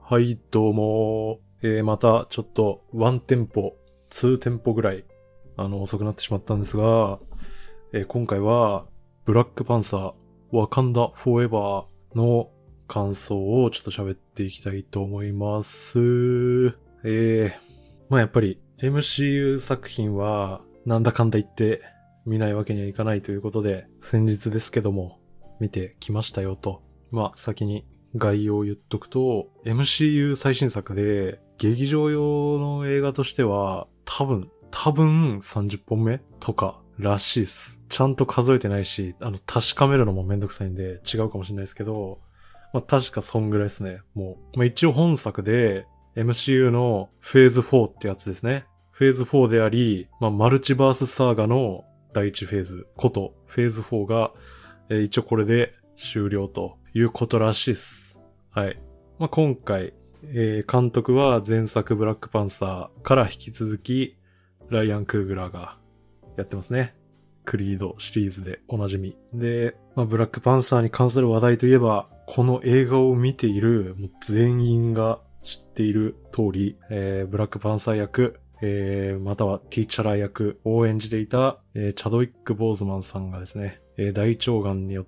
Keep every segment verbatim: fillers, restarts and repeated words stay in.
はい、どうも。えー、また、ちょっと、ワンテンポ、ツーテンポぐらい、あの、遅くなってしまったんですが、えー、今回は、ブラックパンサー、ワカンダフォーエバーの感想をちょっと喋っていきたいと思います。えー、まあやっぱり、エムシーユー 作品は、なんだかんだ言って、見ないわけにはいかないということで、先日ですけども、見てきましたよと。まあ、先に、概要を言っとくと、エムシーユー 最新作で、劇場用の映画としては、多分、多分さんじゅっぽんめとからしいっす。ちゃんと数えてないし、あの、確かめるのもめんどくさいんで違うかもしれないですけど、まあ確かそんぐらいですね。もう、まあ一応本作で エムシーユー のフェーズフォーってやつですね。フェーズフォーであり、まあマルチバースサーガのだいいちフェーズことフェーズフォーが、えー、一応これで終了ということらしいです。はい。まあ、今回、えー、監督は前作ブラックパンサーから引き続きライアン・クーグラーがやってますね。クリードシリーズでおなじみ。で、まあ、ブラックパンサーに関する話題といえば、この映画を見ているもう全員が知っている通り、えー、ブラックパンサー役、えー、またはティーチャラー役を演じていた、えー、チャドウィック・ボーズマンさんがですね、えー、大腸がんによって、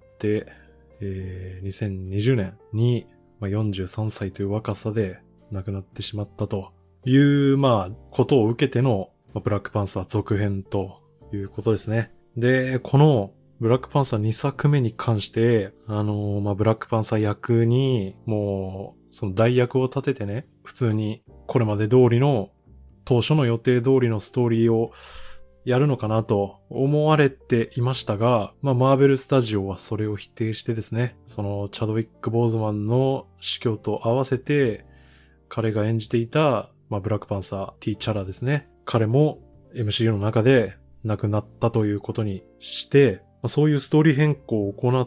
えー、にせんにじゅうねんに、まあ、よんじゅうさんさいという若さで亡くなってしまったという、まあ、ことを受けての、まあ、ブラックパンサー続編ということですね。で、このブラックパンサーにさくめに関して、あのー、まあ、ブラックパンサー役に、もう、その代役を立ててね、普通にこれまで通りの、当初の予定通りのストーリーをやるのかなと思われていましたが、まあ、マーベルスタジオはそれを否定してですね、そのチャドウィック・ボーズマンの死去と合わせて、彼が演じていた、まあ、ブラックパンサー、ティーチャラですね。彼も エムシーユー の中で亡くなったということにして、まあ、そういうストーリー変更を行って、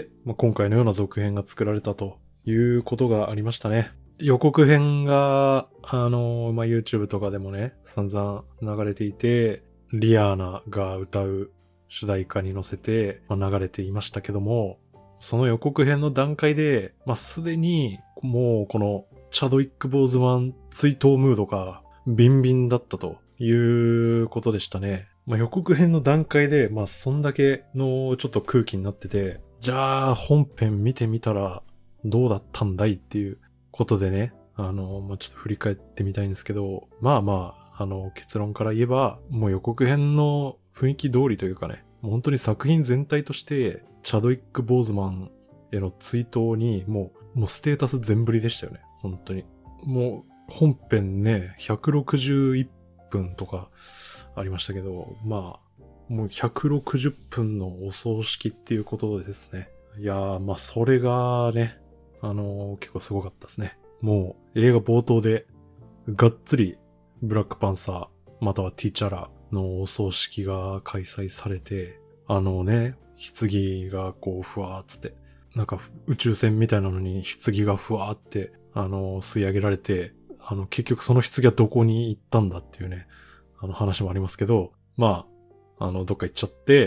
まあ、今回のような続編が作られたということがありましたね。予告編が、あの、まあ、YouTube とかでもね、散々流れていて、リアーナが歌う主題歌に乗せて、まあ、流れていましたけども、その予告編の段階で、まあ、すでにもうこのチャドウィック・ボーズマン追悼ムードがビンビンだったということでしたね。まあ、予告編の段階で、まあ、そんだけのちょっと空気になってて、じゃあ本編見てみたらどうだったんだいっていうことでね、あの、まあ、ちょっと振り返ってみたいんですけど、まあまあ、あの、結論から言えば、もう予告編の雰囲気通りというかね、もう本当に作品全体として、チャドウィック・ボーズマンへの追悼に、もう、もうステータス全振りでしたよね。本当に。もう、本編ね、ひゃくろくじゅういっぷんとかありましたけど、まあ、もうひゃくろくじゅっぷんのお葬式っていうことでですね。いやー、まあ、それがね、あのー、結構すごかったですね。もう、映画冒頭で、がっつり、ブラックパンサー、またはティーチャラのお葬式が開催されて、あのね、棺がこう、ふわーっつって、なんか宇宙船みたいなのに棺がふわーって、あの、吸い上げられて、あの、結局その棺はどこに行ったんだっていうね、あの話もありますけど、まあ、あの、どっか行っちゃって、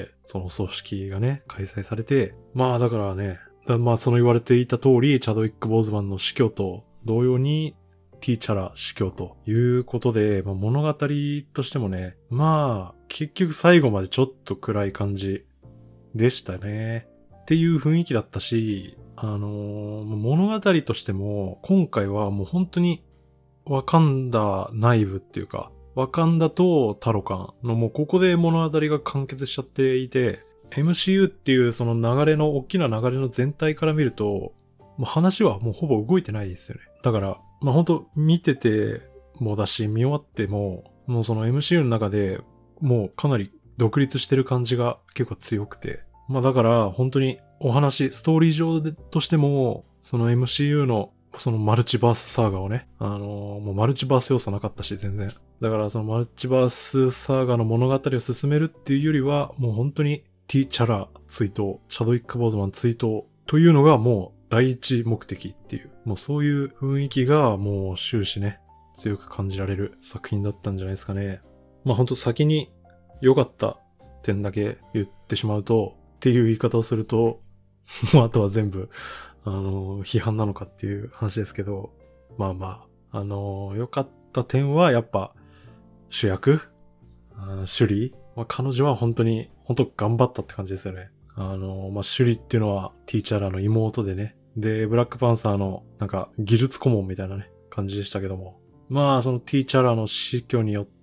そのお葬式がね、開催されて、まあだからね、だまあその言われていた通り、チャドウィック・ボーズマンの死去と同様に、ティーチャラ死去ということで、まあ、物語としてもね、まあ、結局最後までちょっと暗い感じでしたね。っていう雰囲気だったし、あのー、物語としても、今回はもう本当に、ワカンダ内部っていうか、ワカンダとタロカンのもうここで物語が完結しちゃっていて、エムシーユー っていうその流れの、大きな流れの全体から見ると、もう話はもうほぼ動いてないですよね。だから、まあ本当見ててもだし、見終わっても、もうその エムシーユー の中でもうかなり独立してる感じが結構強くて。まあだから本当にお話、ストーリー上でとしても、その エムシーユー のそのマルチバースサーガをね、あのー、もうマルチバース要素なかったし全然。だからそのマルチバースサーガの物語を進めるっていうよりは、もう本当にティーチャラ追悼、チャドウィック・ボーズマン追悼というのがもう第一目的っていう、もうそういう雰囲気がもう終始ね、強く感じられる作品だったんじゃないですかね。まあほんと先に良かった点だけ言ってしまうと、っていう言い方をすると、もうあとは全部、あの、批判なのかっていう話ですけど、 まあまあ、あのー、良かった点はやっぱ主役、シュリー、まあ、彼女は本当に、本当頑張ったって感じですよね。あのー、まあ、シュリーっていうのはティーチャーラの妹でね。で、ブラックパンサーのなんか技術顧問みたいなね、感じでしたけども。まあ、そのティーチャーラの死去によって、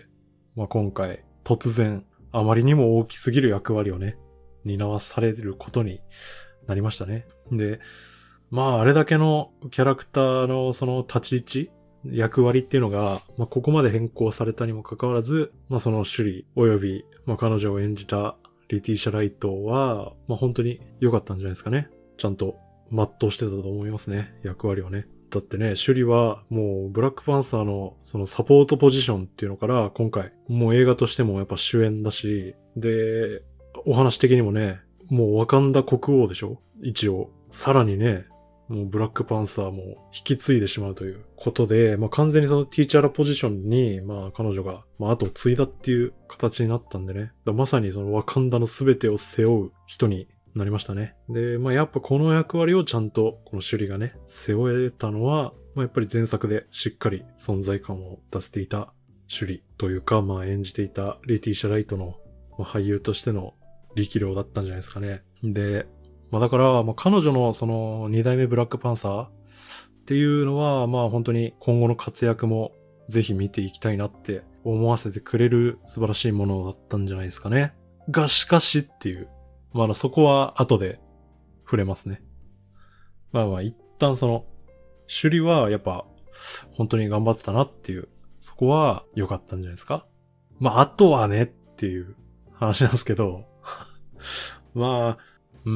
まあ今回突然あまりにも大きすぎる役割をね、担わされることになりましたね。で、まああれだけのキャラクターのその立ち位置、役割っていうのが、まあここまで変更されたにもかかわらず、まあそのシュリー及び、まあ彼女を演じたレティーシャ・ライトは、まあ本当に良かったんじゃないですかね。ちゃんと全うしてたと思いますね。役割をね。だってね、シュリはもうブラックパンサーのそのサポートポジションっていうのから今回もう映画としてもやっぱ主演だし、で、お話的にもね、もうワカンダ国王でしょ一応。さらにね、もうブラックパンサーも引き継いでしまうということで、まあ完全にそのティーチャーラポジションに、まあ彼女が、まあ後を継いだっていう形になったんでね。まさにそのワカンダの全てを背負う人になりましたね。で、まあやっぱこの役割をちゃんとこのシュリがね、背負えたのは、まあやっぱり前作でしっかり存在感を出せていたシュリというか、まあ演じていたレティーシャ・ライトの、まあ、俳優としての力量だったんじゃないですかね。で、まあだから、まあ彼女のその二代目ブラックパンサーっていうのは、まあ本当に今後の活躍もぜひ見ていきたいなって思わせてくれる素晴らしいものだったんじゃないですかね。がしかしっていう、まあそこは後で触れますね。まあまあ一旦その、シュリはやっぱ本当に頑張ってたなっていう、そこは良かったんじゃないですか。まああとはねっていう話なんですけど、まあ、うん、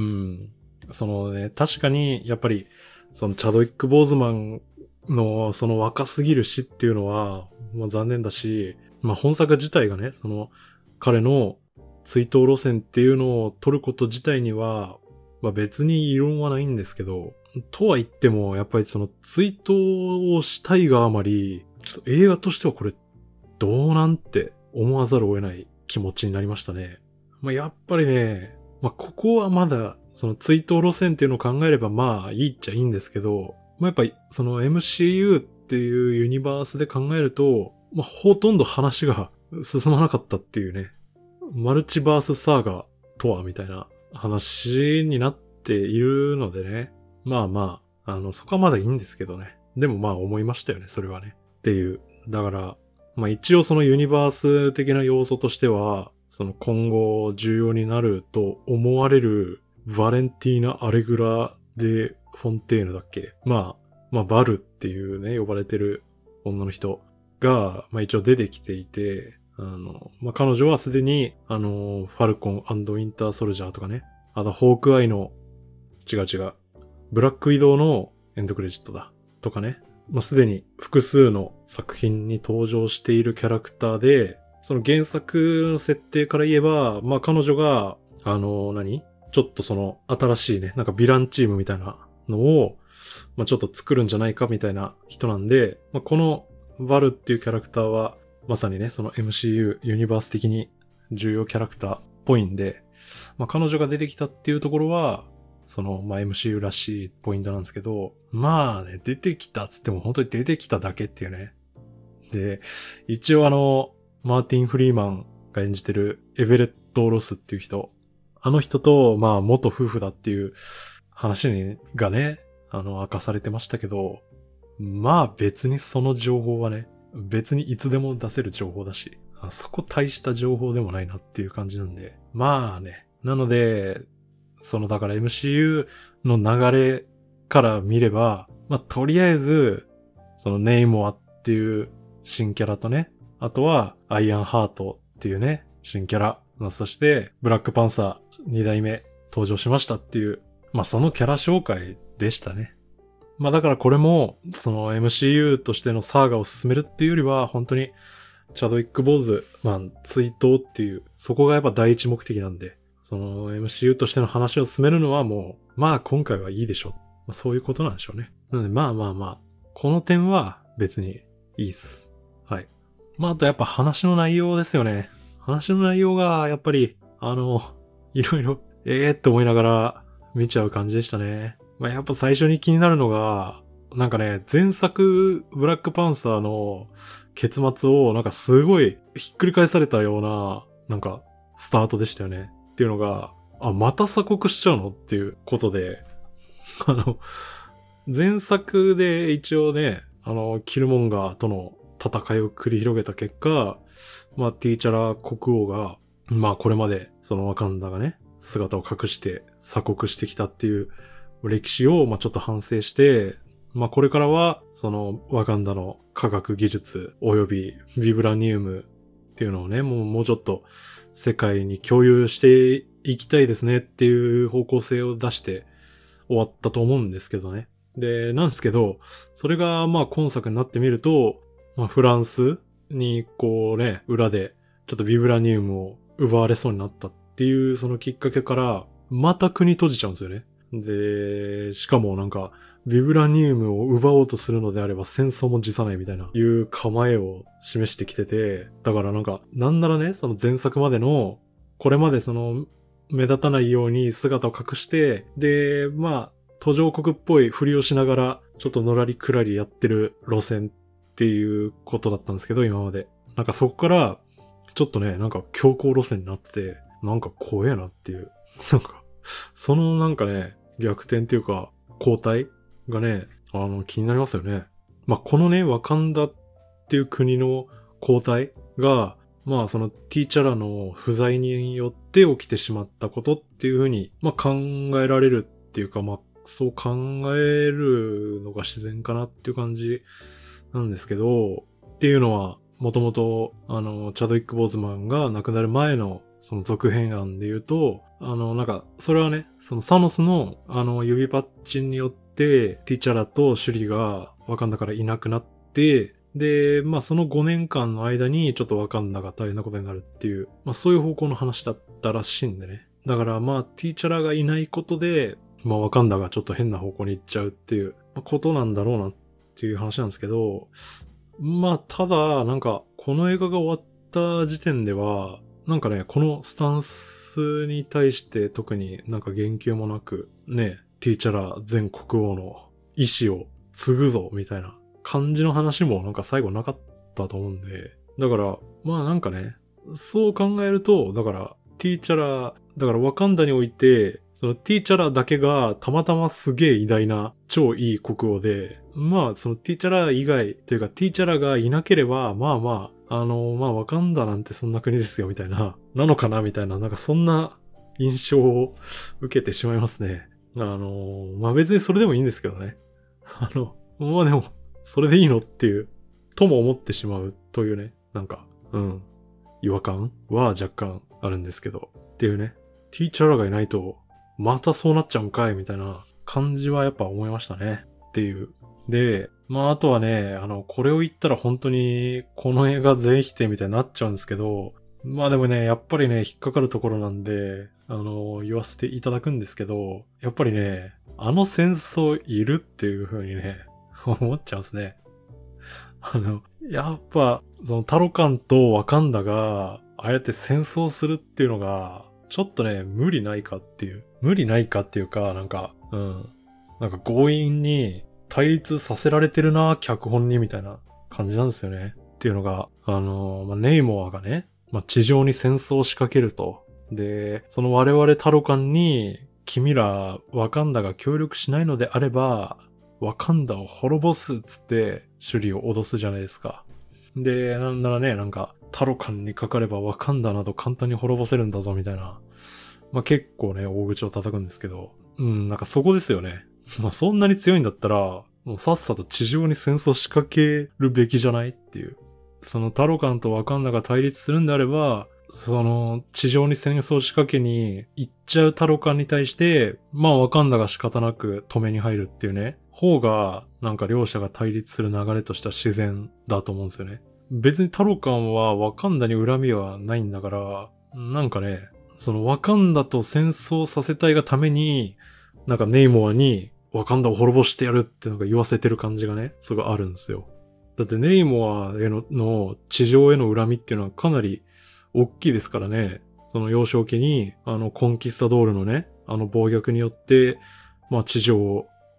そのね、確かにやっぱりそのチャドウィック・ボーズマンのその若すぎる死っていうのは、まあ残念だし、まあ本作自体がね、その彼の追悼路線っていうのを取ること自体には、まあ別に異論はないんですけど、とは言っても、やっぱりその追悼をしたいがあまり、ちょっと映画としてはこれ、どうなんて思わざるを得ない気持ちになりましたね。まあやっぱりね、まあここはまだ、その追悼路線っていうのを考えればまあいいっちゃいいんですけど、まあやっぱりその エムシーユー っていうユニバースで考えると、まあほとんど話が進まなかったっていうね。マルチバースサーガとはみたいな話になっているのでね。まあまあ、あの、そこはまだいいんですけどね。でもまあ思いましたよね、それはね。っていう。だから、まあ一応そのユニバース的な要素としては、その今後重要になると思われるバレンティーナ・アレグラ・デ・フォンテーヌだっけ。まあ、まあバルっていうね、呼ばれてる女の人が、まあ一応出てきていて、あの、まあ、彼女はすでに、あの、ファルコン&ウィンターソルジャーとかね、あと、ホークアイの、違う違う、ブラックウィドウのエンドクレジットだ、とかね、まあ、すでに複数の作品に登場しているキャラクターで、その原作の設定から言えば、まあ、彼女が、あの、何?ちょっとその、新しいね、なんかヴィランチームみたいなのを、まあ、ちょっと作るんじゃないかみたいな人なんで、まあ、この、バルっていうキャラクターは、まさにね、その エムシーユー ユニバース的に重要キャラクターっぽいんで、まあ彼女が出てきたっていうところは、その、まあ エムシーユー らしいポイントなんですけど、まあね、出てきたっつっても本当に出てきただけっていうね。で、一応あの、マーティン・フリーマンが演じてるエベレット・ロスっていう人、あの人と、まあ元夫婦だっていう話にがね、あの、明かされてましたけど、まあ別にその情報はね、別にいつでも出せる情報だし、そこ大した情報でもないなっていう感じなんで。まあね。なので、そのだから エムシーユー の流れから見れば、まあとりあえず、そのネイモアっていう新キャラとね、あとはアイアンハートっていうね、新キャラ、まあ、そしてブラックパンサーに代目登場しましたっていう、まあそのキャラ紹介でしたね。まあだからこれも、その エムシーユー としてのサーガを進めるっていうよりは、本当に、チャドウィック・ボーズ、まあ、追悼っていう、そこがやっぱ第一目的なんで、その エムシーユー としての話を進めるのはもう、まあ今回はいいでしょう。まあ、そういうことなんでしょうね。なのでまあまあまあ、この点は別にいいっす。はい。まああとやっぱ話の内容ですよね。話の内容がやっぱり、あの、いろいろ、ええーって思いながら見ちゃう感じでしたね。まあ、やっぱ最初に気になるのが、 なんかね、前作ブラックパンサーの結末をなんかすごいひっくり返されたような、なんかスタートでしたよね。っていうのが、あ、また鎖国しちゃうのっていうことで、あの、前作で一応ね、あの、キルモンガーとの戦いを繰り広げた結果、まあ、ティーチャラ国王が、まあ、これまで、そのワカンダがね、姿を隠して鎖国してきたっていう歴史を、まあ、ちょっと反省して、まあ、これからは、その、ワカンダの科学技術及びビブラニウムっていうのをね、もう、もうちょっと世界に共有していきたいですねっていう方向性を出して終わったと思うんですけどね。で、なんですけど、それがまあ今作になってみると、まあフランスにこうね、裏でちょっとビブラニウムを奪われそうになったっていうそのきっかけから、また国閉じちゃうんですよね。で、しかもなんか、ビブラニウムを奪おうとするのであれば戦争も辞さないみたいな、いう構えを示してきてて、だからなんか、なんならね、その前作までの、これまでその、目立たないように姿を隠して、で、まあ、途上国っぽいふりをしながら、ちょっとのらりくらりやってる路線っていうことだったんですけど、今まで。なんかそこから、ちょっとね、なんか強硬路線になってて、なんか怖えなっていう。なんか、そのなんかね、逆転っていうか、交代がね、あの、気になりますよね。まあ、このね、ワカンダっていう国の交代が、まあ、そのティーチャラの不在によって起きてしまったことっていうふうに、まあ、考えられるっていうか、まあ、そう考えるのが自然かなっていう感じなんですけど、っていうのは、もともと、あの、チャドウィック・ボーズマンが亡くなる前の、その続編案で言うと、あの、なんか、それはね、そのサノスの、あの、指パッチンによって、ティチャラとシュリがワカンダからいなくなって、で、まあそのごねんかんの間にちょっとワカンダが大変なことになるっていう、まあそういう方向の話だったらしいんでね。だからまあティチャラがいないことで、まあワカンダがちょっと変な方向に行っちゃうっていうことなんだろうなっていう話なんですけど、まあただなんかこの映画が終わった時点では、なんかね、このスタンスに対して特になんか言及もなく、ね、ティーチャラ前国王の意志を継ぐぞみたいな感じの話もなんか最後なかったと思うんで、だからまあなんかね、そう考えると、だからティーチャラ、だからワカンダにおいて、そのティーチャラだけがたまたますげえ偉大な超いい国王で、まあそのティーチャラ以外というかティーチャラがいなければ、まあまあ、あの、まあワカンダなんてそんな国ですよみたいな、なのかなみたいな、なんかそんな印象を受けてしまいますね。あの、まあ別にそれでもいいんですけどね。あの、まあでも、それでいいのっていう、とも思ってしまうというね、なんか、うん、違和感は若干あるんですけど、っていうね、ティーチャラがいないと、またそうなっちゃうんかいみたいな感じはやっぱ思いましたね。っていう。で、まああとはね、あの、これを言ったら本当にこの映画全否定みたいになっちゃうんですけど、まあでもね、やっぱりね、引っかかるところなんで、あの、言わせていただくんですけど、やっぱりね、あの戦争いるっていう風にね、思っちゃうんですね。あの、やっぱ、そのタロカンとワカンダが、ああやって戦争するっていうのが、ちょっとね、無理ないかっていう。無理ないかっていうか、なんか、うん。なんか強引に対立させられてるな、脚本に、みたいな感じなんですよね。っていうのが、あの、まあ、ネイモアがね、まあ、地上に戦争を仕掛けると。で、その我々タロカンに、君らワカンダが協力しないのであれば、ワカンダを滅ぼすっつって、シュリを脅すじゃないですか。で、なんならね、なんか、タロカンにかかればワカンダなど簡単に滅ぼせるんだぞ、みたいな。まあ、結構ね、大口を叩くんですけど。うん、なんかそこですよね。まあ、そんなに強いんだったら、もうさっさと地上に戦争仕掛けるべきじゃないっていう。そのタロカンとワカンダが対立するんであれば、その地上に戦争仕掛けに行っちゃうタロカンに対して、まあワカンダが仕方なく止めに入るっていうね。方が、なんか両者が対立する流れとしては自然だと思うんですよね。別にタロカンはワカンダに恨みはないんだから、なんかね、そのワカンダと戦争させたいがために、なんかネイモアにワカンダを滅ぼしてやるってのが言わせてる感じがね、すごいあるんですよ。だってネイモアへの、の地上への恨みっていうのはかなり大きいですからね。その幼少期に、あのコンキスタドールのね、あの暴虐によって、まあ地上を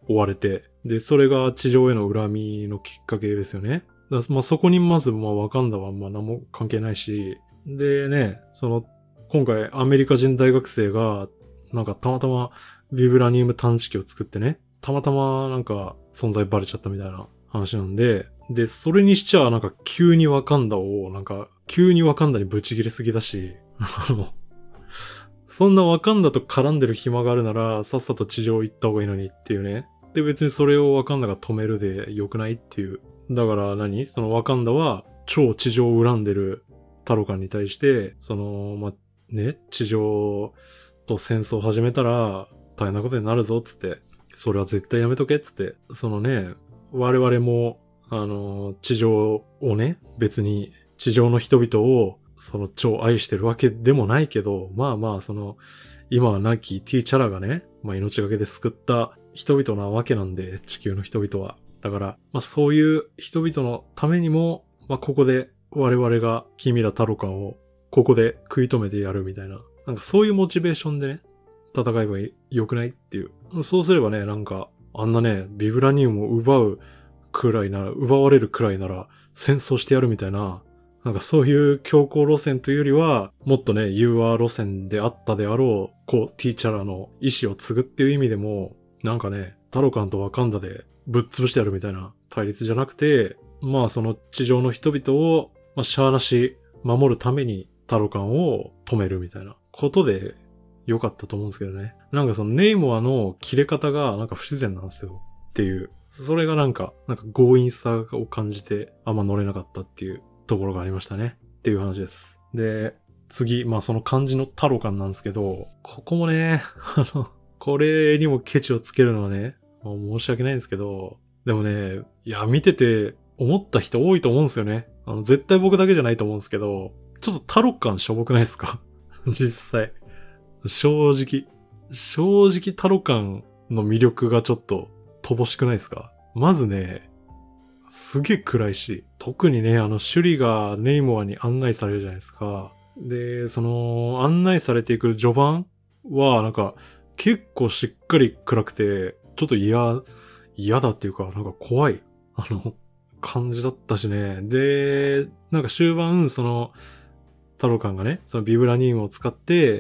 追われて、で、それが地上への恨みのきっかけですよね。だまあ、そこにまず、まあ、ワカンダはまあ何も関係ないし、でね、その、今回アメリカ人大学生が、なんかたまたまビブラニウム探知機を作ってね、たまたまなんか存在バレちゃったみたいな話なんで、で、それにしちゃなんか急にワカンダを、なんか急にワカンダにブチ切れすぎだし、あの、そんなワカンダと絡んでる暇があるなら、さっさと地上行った方がいいのにっていうね。で、別にそれをワカンダが止めるで良くないっていう。だから何そのワカンダは超地上を恨んでるタロカンに対して、その、ま、ね、地上と戦争を始めたら大変なことになるぞっつって、それは絶対やめとけっつって、そのね、我々も、あの、地上をね、別に地上の人々をその超愛してるわけでもないけど、まあまあその、今は亡きティーチャラがね、まあ命がけで救った人々なわけなんで、地球の人々は。だから、まあそういう人々のためにも、まあここで我々が君らタロカンをここで食い止めてやるみたいな。なんかそういうモチベーションでね、戦えば良くないっていう。そうすればね、なんか、あんなね、ビブラニウムを奪うくらいなら、奪われるくらいなら戦争してやるみたいな、なんかそういう強硬路線というよりは、もっとね、融和路線であったであろう、こう、ティーチャラの意志を継ぐっていう意味でも、なんかね、タロカンとワカンダでぶっ潰してやるみたいな対立じゃなくて、まあその地上の人々を、まあ、シャアなし守るためにタロカンを止めるみたいなことで良かったと思うんですけどね。なんかそのネイモアの切れ方がなんか不自然なんですよっていう。それがなんか、なんか強引さを感じてあんま乗れなかったっていうところがありましたね。っていう話です。で、次、まあその漢字のタロカンなんですけど、ここもね、あの、これにもケチをつけるのはね、もう申し訳ないんですけど、でもね、いや、見てて思った人多いと思うんですよね。あの、絶対僕だけじゃないと思うんですけど、ちょっとタロカンしょぼくないですか実際。正直。正直タロカンの魅力がちょっと乏しくないですか？まずね、すげえ暗いし、特にね、あの、シュリがネイモアに案内されるじゃないですか。で、その、案内されていく序盤は、なんか、結構しっかり暗くて、ちょっと嫌、嫌だっていうか、なんか怖い、あの、感じだったしね。で、なんか終盤、その、タロカンがね、そのビブラニウムを使って、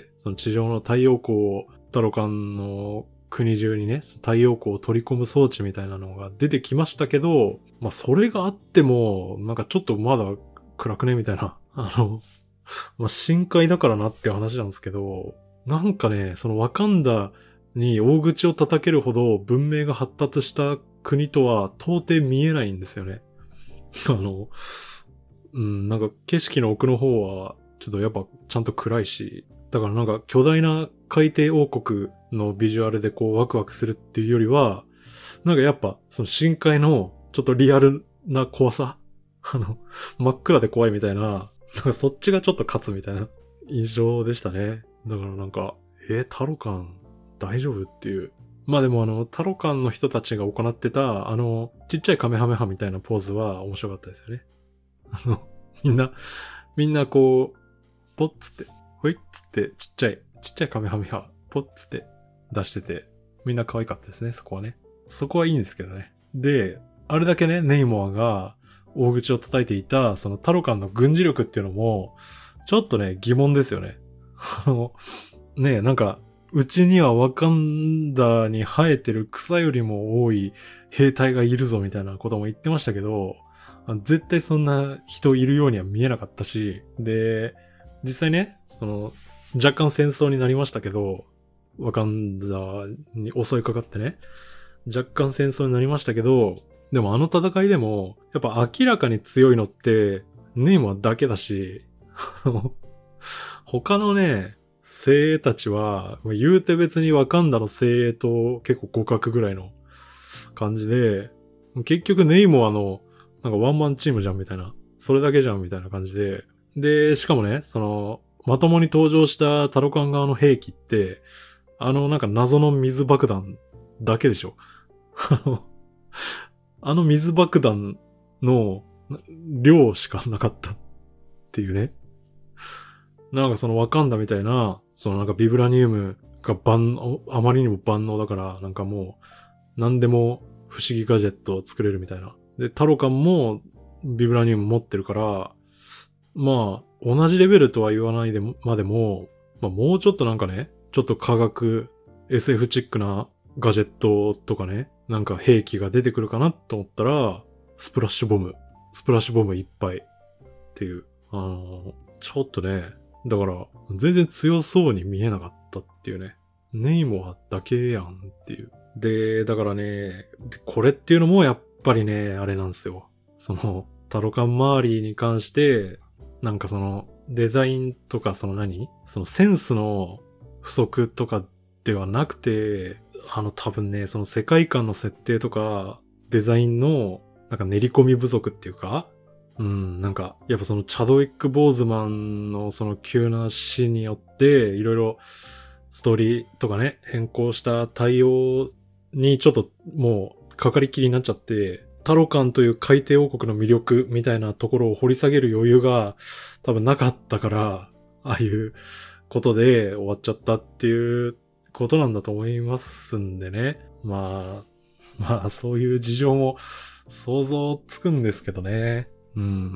その地上の太陽光を、タロカンの国中にね、太陽光を取り込む装置みたいなのが出てきましたけど、まあそれがあっても、なんかちょっとまだ暗くねみたいな。あの、まあ深海だからなっていう話なんですけど、なんかね、そのワカンダに大口を叩けるほど文明が発達した国とは到底見えないんですよね。あの、うん、なんか景色の奥の方はちょっとやっぱちゃんと暗いし、だからなんか巨大な海底王国のビジュアルでこうワクワクするっていうよりは、なんかやっぱその深海のちょっとリアルな怖さあの、真っ暗で怖いみたいな、なんかそっちがちょっと勝つみたいな印象でしたね。だからなんか、えー、タロカン大丈夫っていう。まあでもあの、タロカンの人たちが行ってた、あの、ちっちゃいカメハメハみたいなポーズは面白かったですよね。あの、みんな、みんなこう、ポッつって、ほいっつって、ちっちゃい、ちっちゃいカメハメハ、ポッつって出してて、みんな可愛かったですね、そこはね。そこはいいんですけどね。で、あれだけね、ネイモアが大口を叩いていた、そのタロカンの軍事力っていうのも、ちょっとね、疑問ですよね。あの、ねえ、なんか、うちにはワカンダに生えてる草よりも多い兵隊がいるぞみたいなことも言ってましたけど、絶対そんな人いるようには見えなかったし、で、実際ね、その、若干戦争になりましたけど、ワカンダに襲いかかってね、若干戦争になりましたけど、でもあの戦いでも、やっぱ明らかに強いのって、ネイモアだけだし、他のね、精鋭たちは、言うて別にワカンダの精鋭と結構互角ぐらいの感じで、結局ネイモアのなんかワンマンチームじゃんみたいな、それだけじゃんみたいな感じで、で、しかもね、その、まともに登場したタロカン側の兵器って、あのなんか謎の水爆弾だけでしょ。あの、あの水爆弾の量しかなかったっていうね。なんかそのワカンダみたいな、そのなんかビブラニウムが万能、あまりにも万能だから、なんかも何でも不思議ガジェットを作れるみたいな。で、タロカンもビブラニウム持ってるから、まあ、同じレベルとは言わないでも、までも、まあもうちょっとなんかね、ちょっと科学、エスエフ チックなガジェットとかね、なんか兵器が出てくるかなと思ったら、スプラッシュボム。スプラッシュボムいっぱいっていう。あの、ちょっとね、だから、全然強そうに見えなかったっていうね。ネイモアだけやんっていう。で、だからね、これっていうのもやっぱりね、あれなんですよ。その、タロカン周りに関して、なんかその、デザインとかその何そのセンスの不足とかではなくて、あの多分ね、その世界観の設定とか、デザインの、なんか練り込み不足っていうか、うん、なんか、やっぱそのチャドウィック・ボーズマンのその急な死によって、いろいろストーリーとかね、変更した対応にちょっともうかかりきりになっちゃって、タロカンという海底王国の魅力みたいなところを掘り下げる余裕が多分なかったから、ああいうことで終わっちゃったっていうことなんだと思いますんでね。まあ、まあそういう事情も想像つくんですけどね。うん。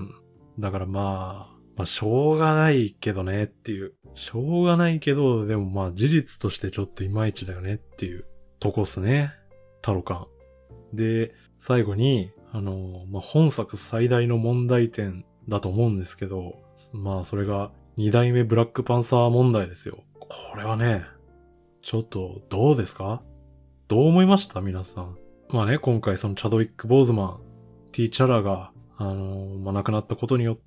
だからまあ、まあしょうがないけどねっていう。しょうがないけど、でもまあ事実としてちょっといまいちだよねっていうとこっすね。タロカン。で、最後に、あの、まあ本作最大の問題点だと思うんですけど、まあそれがに代目ブラックパンサー問題ですよ。これはね、ちょっとどうですか？どう思いました皆さん。まあね、今回そのチャドウィック・ボーズマン、ティーチャラが、あのー、まあ亡くなったことによって、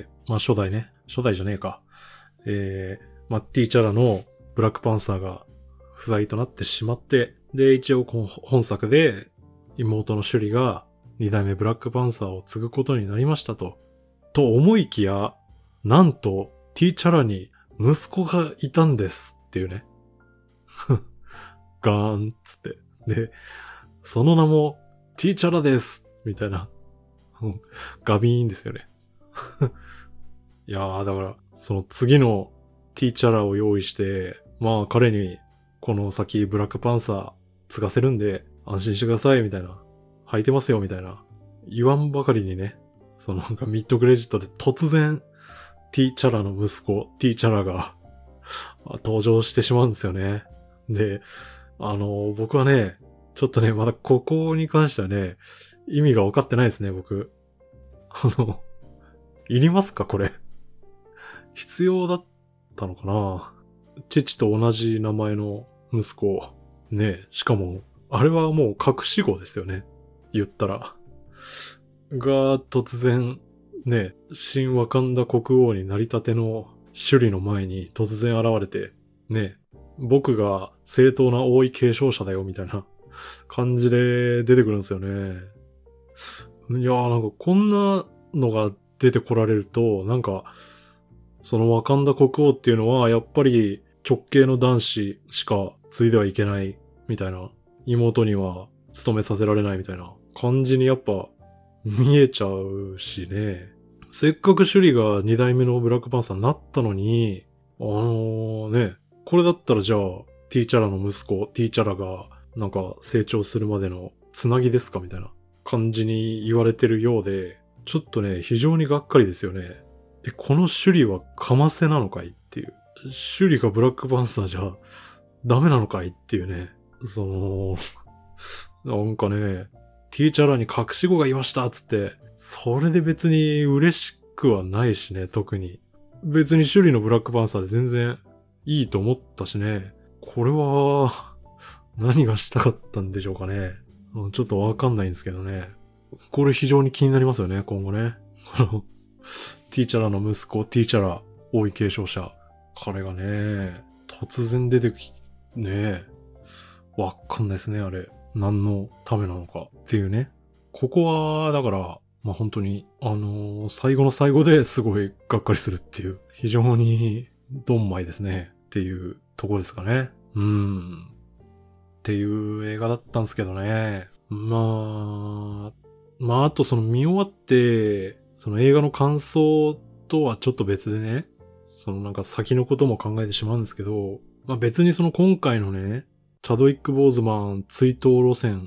まあ初代ね、初代じゃねえか。えー、まあティーチャラのブラックパンサーが不在となってしまって、で、一応この本作で妹のシュリがに代目ブラックパンサーを継ぐことになりましたと。と思いきや、なんとティーチャラに息子がいたんですっていうね。ガーンっつって。で、その名もティーチャラですみたいな。ガビーンですよね。いやー、だから、その次のティーチャラを用意して、まあ彼にこの先ブラックパンサー継がせるんで安心してくださいみたいな。履いてますよみたいな。言わんばかりにね、そのなんかミッドクレジットで突然ティーチャラの息子、ティーチャラが登場してしまうんですよね。で、あの、僕はね、ちょっとね、まだここに関してはね、意味が分かってないですね、僕。あの、いりますかこれ。必要だったのかな？父と同じ名前の息子。ね、しかも、あれはもう隠し子ですよね。言ったら。が、突然、ね、新ワカンダ国王になりたての首里の前に突然現れて、ね、僕が正当な王位継承者だよみたいな感じで出てくるんですよね。いやーなんかこんなのが出てこられると、なんか、そのワカンダ国王っていうのはやっぱり直系の男子しか継いではいけないみたいな、妹には務めさせられないみたいな感じにやっぱ見えちゃうしね。せっかくシュリがに代目のブラックパンサーになったのに、あのね、これだったらじゃあ、ティーチャラの息子、ティーチャラがなんか成長するまでのつなぎですかみたいな感じに言われてるようで、ちょっとね、非常にがっかりですよね。え、このシュリはカマセなのかいっていう。シュリがブラックパンサーじゃダメなのかいっていうね。その、なんかね、ティーチャラに隠し子がいましたっつって、それで別に嬉しくはないしね、特に。別にシュリのブラックパンサーで全然いいと思ったしね。これは、何がしたかったんでしょうかね。ちょっとわかんないんですけどね。これ非常に気になりますよね、今後ね。この、ティーチャラの息子、ティーチャラ、王位継承者。彼がね、突然出てき、ねわかんないですね、あれ。何のためなのかっていうね。ここは、だから、まあ、本当に、あのー、最後の最後ですごいがっかりするっていう、非常にドンマイですね。っていうところですかね。うーん。っていう映画だったんですけどね。まあ、まあ、あとその見終わって、その映画の感想とはちょっと別でね、そのなんか先のことも考えてしまうんですけど、まあ別にその今回のね、チャドウィック・ボーズマン追悼路線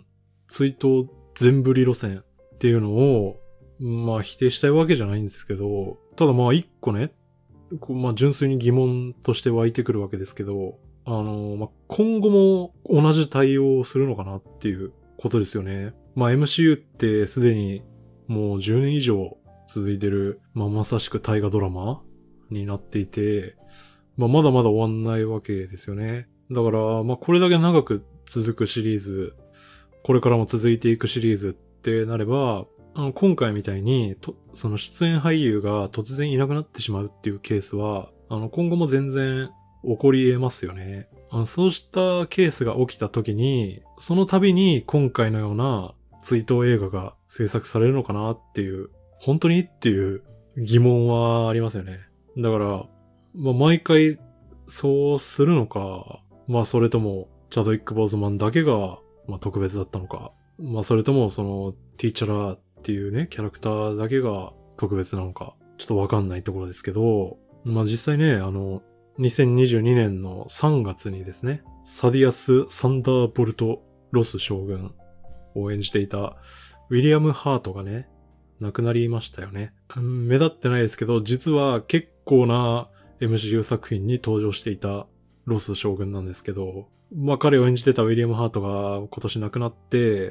追悼全振り路線っていうのを、まあ否定したいわけじゃないんですけど、ただまあ一個ね、まあ純粋に疑問として湧いてくるわけですけど、あの、まあ今後も同じ対応をするのかなっていうことですよね。まあ エムシーユー ってすでにもうじゅうねん以上続いてる、まあまさしく大河ドラマになっていて、まあまだまだ終わんないわけですよね。だから、まあこれだけ長く続くシリーズ、これからも続いていくシリーズってなれば、あの今回みたいにと、その出演俳優が突然いなくなってしまうっていうケースは、あの今後も全然起こり得ますよね。あのそうしたケースが起きた時に、その度に今回のような追悼映画が制作されるのかなっていう、本当にっていう疑問はありますよね。だから、まあ、毎回そうするのか、まあそれともチャドウィック・ボーズマンだけが、まあ、特別だったのか、まあそれともそのティーチャラーっていうね、キャラクターだけが特別なのか、ちょっとわかんないところですけど、まあ実際ね、あの、にせんにじゅうにねんのさんがつにですね、サディアス・サンダーボルト・ロス将軍を演じていたウィリアム・ハートがね、亡くなりましたよね。目立ってないですけど、実は結構な エムシーユー 作品に登場していたロス将軍なんですけど、まあ彼を演じてたウィリアム・ハートが今年亡くなって、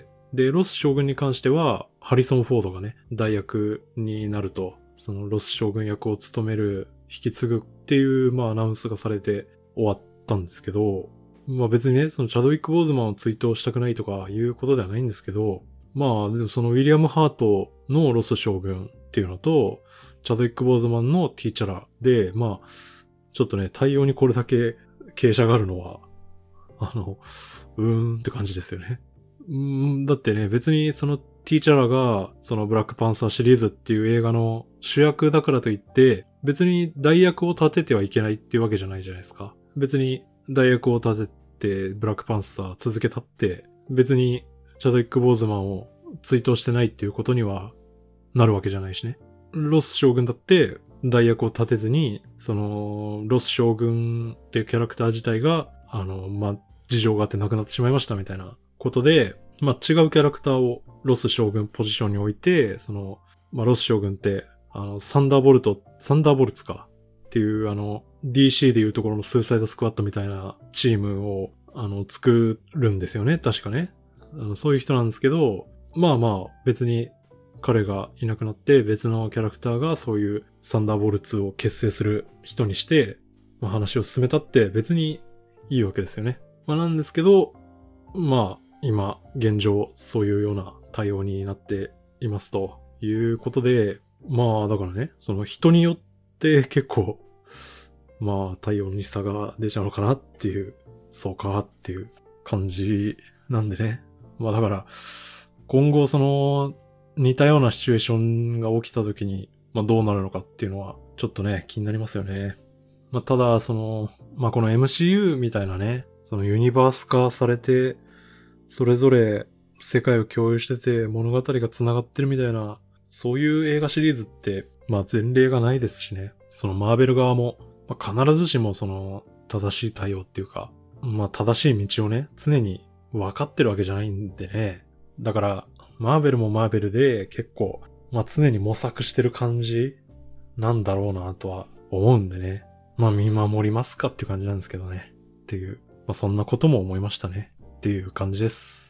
で、ロス将軍に関しては、ハリソン・フォードがね、代役になると、そのロス将軍役を務める、引き継ぐっていう、まあアナウンスがされて終わったんですけど、まあ別にね、そのチャドウィック・ボーズマンを追悼したくないとかいうことではないんですけど、まあでもそのウィリアム・ハートのロス将軍っていうのと、チャドウィック・ボーズマンのティーチャラで、まあ、ちょっとね、対応にこれだけ傾斜があるのは、あの、うーんって感じですよね。うーん、だってね、別にそのティーチャラが、そのブラックパンサーシリーズっていう映画の主役だからといって、別に代役を立ててはいけないっていうわけじゃないじゃないですか。別に代役を立てて、ブラックパンサー続けたって、別にチャドウィック・ボーズマンを追悼してないっていうことにはなるわけじゃないしね。ロス将軍だって代役を立てずに、その、ロス将軍っていうキャラクター自体が、あの、まあ、事情があって亡くなってしまいましたみたいなことで、まあ、違うキャラクターをロス将軍ポジションに置いて、その、まあ、ロス将軍って、あの、サンダーボルト、サンダーボルツかっていう、あの、ディーシー でいうところのスーサイドスクワットみたいなチームを、あの、作るんですよね、確かね。あの、そういう人なんですけど、まあまあ、別に彼がいなくなって別のキャラクターがそういうサンダーボルツを結成する人にして、まあ、話を進めたって別にいいわけですよね。まあなんですけど、まあ今現状そういうような対応になっていますということで、まあだからね、その人によって結構まあ対応に差が出ちゃうのかなっていう、そうかっていう感じなんでね。まあだから今後その似たようなシチュエーションが起きた時に、まあどうなるのかっていうのはちょっとね気になりますよね。まあただその、まあこの エムシーユー みたいなね、そのユニバース化されて、それぞれ世界を共有してて物語が繋がってるみたいな、そういう映画シリーズって、まあ前例がないですしね。そのマーベル側も、まあ、必ずしもその正しい対応っていうか、まあ正しい道をね、常に分かってるわけじゃないんでね。だから、マーベルもマーベルで結構、まあ常に模索してる感じなんだろうなとは思うんでね。まあ見守りますかっていう感じなんですけどね。っていう、まあそんなことも思いましたね。っていう感じです。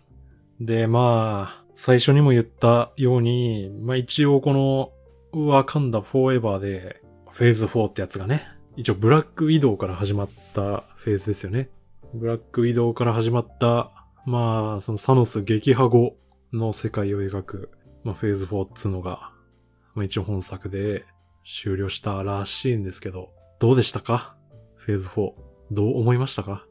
で、まあ、最初にも言ったように、まあ一応このワカンダフォーエバーでフェーズフォーってやつがね、一応ブラックウィドウから始まったフェーズですよね。ブラックウィドウから始まった、まあそのサノス撃破後の世界を描く、まあ、フェーズフォーっつうのが、まあ、一応本作で終了したらしいんですけど、どうでしたか？フェーズフォー。どう思いましたか？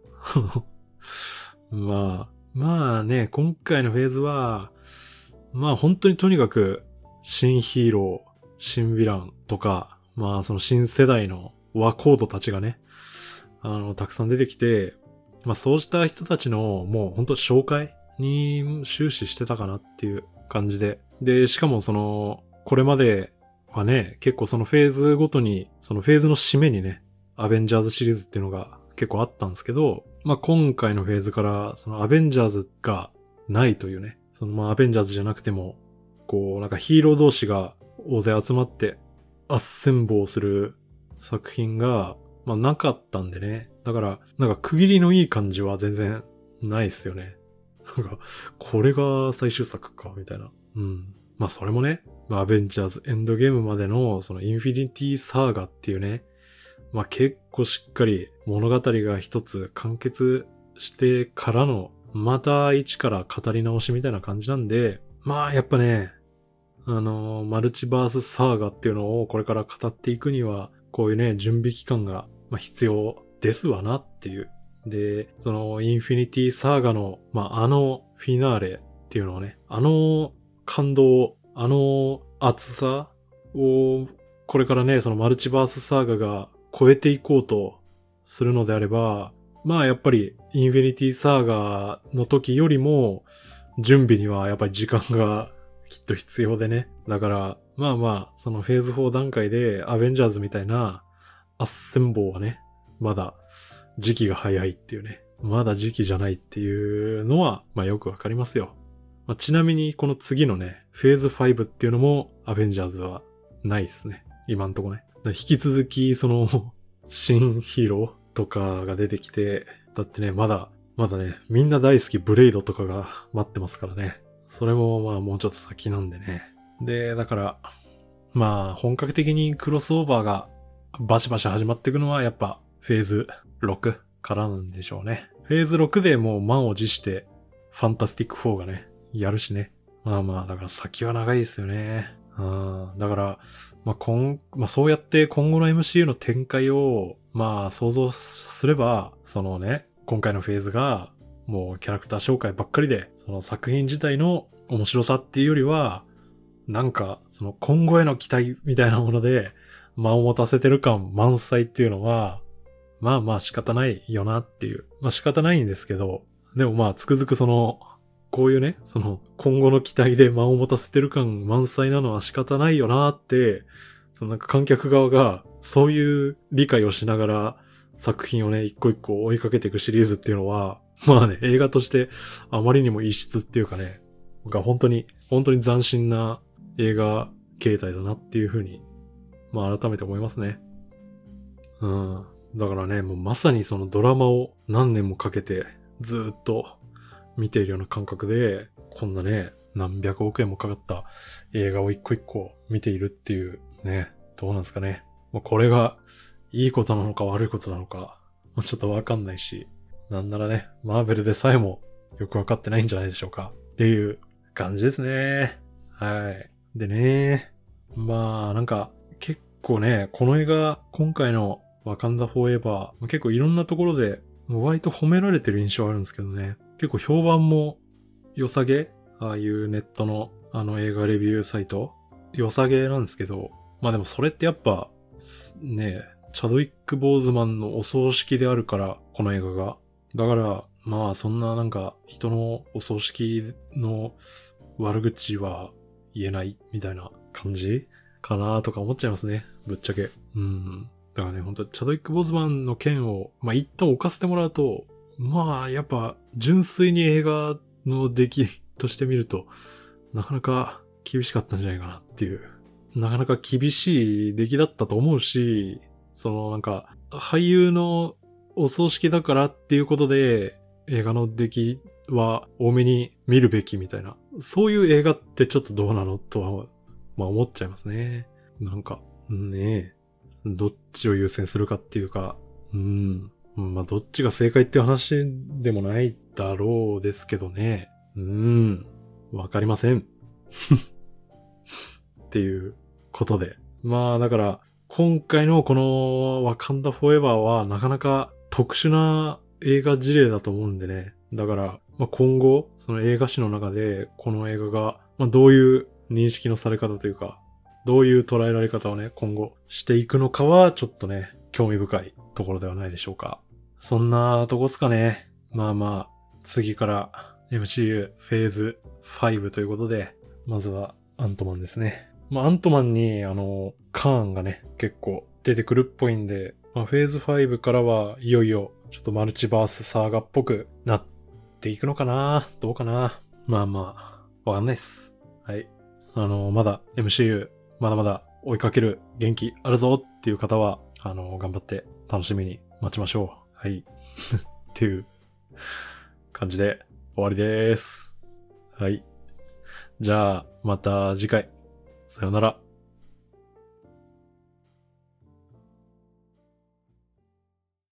まあ、まあね、今回のフェーズは、まあ本当にとにかく、新ヒーロー、新ヴィランとか、まあその新世代のワコードたちがね、あの、たくさん出てきて、まあそうした人たちのもう本当紹介に終始してたかなっていう感じで。で、しかもその、これまではね、結構そのフェーズごとに、そのフェーズの締めにね、アベンジャーズシリーズっていうのが結構あったんですけど、まあ今回のフェーズから、そのアベンジャーズがないというね、 そのまあアベンジャーズじゃなくても、こうなんかヒーロー同士が大勢集まってアッセンボーする作品が、まあなかったんでね。だから、なんか区切りのいい感じは全然ないっすよね。なんか、これが最終作か、みたいな。うん。まあそれもね、まあアベンジャーズエンドゲームまでのそのインフィニティサーガっていうね、まあ結構しっかり物語が一つ完結してからの、また一から語り直しみたいな感じなんで、まあやっぱね、あのー、マルチバースサーガっていうのをこれから語っていくには、こういうね、準備期間が、まあ、必要ですわなっていう。で、そのインフィニティサーガの、まあ、あのフィナーレっていうのをね、あの感動、あの熱さを、これからね、そのマルチバースサーガが超えていこうとするのであれば、まあやっぱりインフィニティサーガの時よりも準備にはやっぱり時間がきっと必要でね。だからまあまあそのフェーズフォー段階でアベンジャーズみたいなアッセンボーはね、まだ時期が早いっていうね。まだ時期じゃないっていうのはまあよくわかりますよ。まあ、ちなみにこの次のね、フェーズファイブっていうのもアベンジャーズはないですね。今んとこね。引き続きその新ヒーローとかが出てきて、だってね、まだ、まだね、みんな大好きブレイドとかが待ってますからね。それもまあもうちょっと先なんでね。で、だから、まあ本格的にクロスオーバーがバシバシ始まっていくのはやっぱフェーズろくからなんでしょうね。フェーズろくでもう満を持してファンタスティックフォーがね、やるしね。まあまあ、だから先は長いですよね。あだから、まあ今、まあそうやって今後の エムシーユー の展開を、まあ想像すれば、そのね、今回のフェーズが、もうキャラクター紹介ばっかりで、その作品自体の面白さっていうよりは、なんか、その今後への期待みたいなもので、間を持たせてる感満載っていうのは、まあまあ仕方ないよなっていう。まあ仕方ないんですけど、でもまあつくづくその、こういうね、その今後の期待で間を持たせてる感満載なのは仕方ないよなって、そのなんか観客側がそういう理解をしながら作品をね、一個一個追いかけていくシリーズっていうのは、まあね、映画としてあまりにも異質っていうかね、が本当に、本当に斬新な映画形態だなっていうふうに、まあ改めて思いますね。うん。だからね、もうまさにそのドラマを何年もかけてずっと見ているような感覚で、こんなね、何百億円もかかった映画を一個一個見ているっていうね、どうなんですかね。もうこれがいいことなのか悪いことなのか、ちょっとわかんないし、なんならね、マーベルでさえもよくわかってないんじゃないでしょうか。っていう感じですね。はい。でね、まあなんか結構ね、この映画、今回のワカンダフォーエバー、結構いろんなところで割と褒められてる印象あるんですけどね。結構評判も良さげ、ああいうネットのあの映画レビューサイト、良さげなんですけど、まあでもそれってやっぱ、ね、チャドウィック・ボーズマンのお葬式であるから、この映画が。だから、まあそんななんか人のお葬式の悪口は言えないみたいな感じかなとか思っちゃいますね。ぶっちゃけ。うん。だからね、本当チャドウィック・ボーズマンの件を、まあ一旦置かせてもらうと、まあやっぱ純粋に映画の出来として見ると、なかなか厳しかったんじゃないかなっていう。なかなか厳しい出来だったと思うし、そのなんか俳優のお葬式だからっていうことで映画の出来は多めに見るべきみたいな。そういう映画ってちょっとどうなのとは、まあ思っちゃいますね。なんか、ねえ。どっちを優先するかっていうか、うん。まあどっちが正解っていう話でもないだろうですけどね。うん。わかりません。っていうことで。まあだから、今回のこのワカンダフォーエバーはなかなか特殊な映画事例だと思うんでね。だから、まあ、今後、その映画史の中でこの映画が、まあ、どういう認識のされ方というか、どういう捉えられ方をね、今後していくのかはちょっとね、興味深いところではないでしょうか。そんなとこっすかね。まあまあ、次から エムシーユー フェーズファイブということで、まずはアントマンですね。まあアントマンにあの、カーンがね、結構出てくるっぽいんで、まあ、フェーズファイブからはいよいよちょっとマルチバースサーガっぽくなっていくのかなどうかなまあまあ、 わかんないっす。はい。あの、まだ エムシーユー、まだまだ追いかける元気あるぞっていう方は、あの、頑張って楽しみに待ちましょう。はい。っていう感じで終わりです。はい。じゃあ、また次回。さよなら。